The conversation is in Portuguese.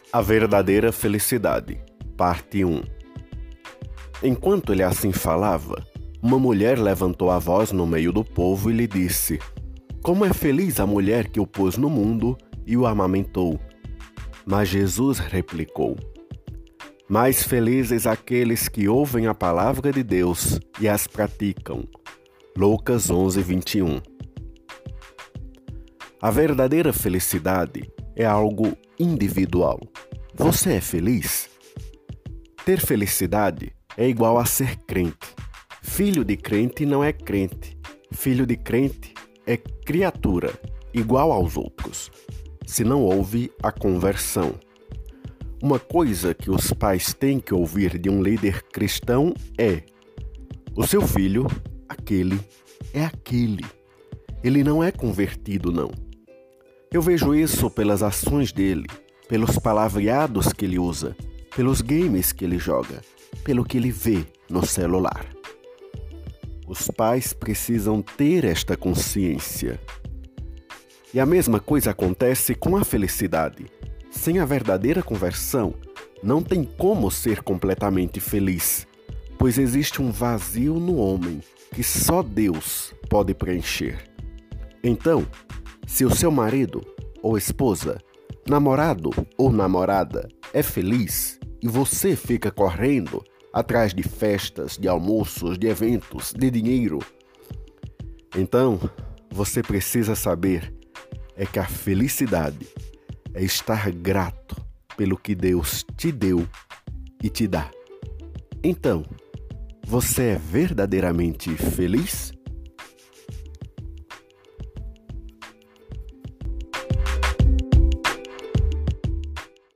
A verdadeira felicidade, parte 1. Enquanto ele assim falava, uma mulher levantou a voz no meio do povo e lhe disse: "Como é feliz a mulher que o pôs no mundo e o amamentou." Mas Jesus replicou: "Mais felizes aqueles que ouvem a palavra de Deus e as praticam." Lucas 11:21. A verdadeira felicidade é algo individual. Você é feliz? Ter felicidade é igual a ser crente. Filho de crente não é crente. Filho de crente é criatura, igual aos outros, se não houve a conversão. Uma coisa que os pais têm que ouvir de um líder cristão é: o seu filho, aquele, é aquele. Ele não é convertido, não. Eu vejo isso pelas ações dele, pelos palavreados que ele usa, pelos games que ele joga, pelo que ele vê no celular. Os pais precisam ter esta consciência. E a mesma coisa acontece com a felicidade. Sem a verdadeira conversão, não tem como ser completamente feliz, pois existe um vazio no homem que só Deus pode preencher. Então, se o seu marido ou esposa, namorado ou namorada é feliz e você fica correndo atrás de festas, de almoços, de eventos, de dinheiro, então você precisa saber que a felicidade é estar grato pelo que Deus te deu e te dá. Então, você é verdadeiramente feliz?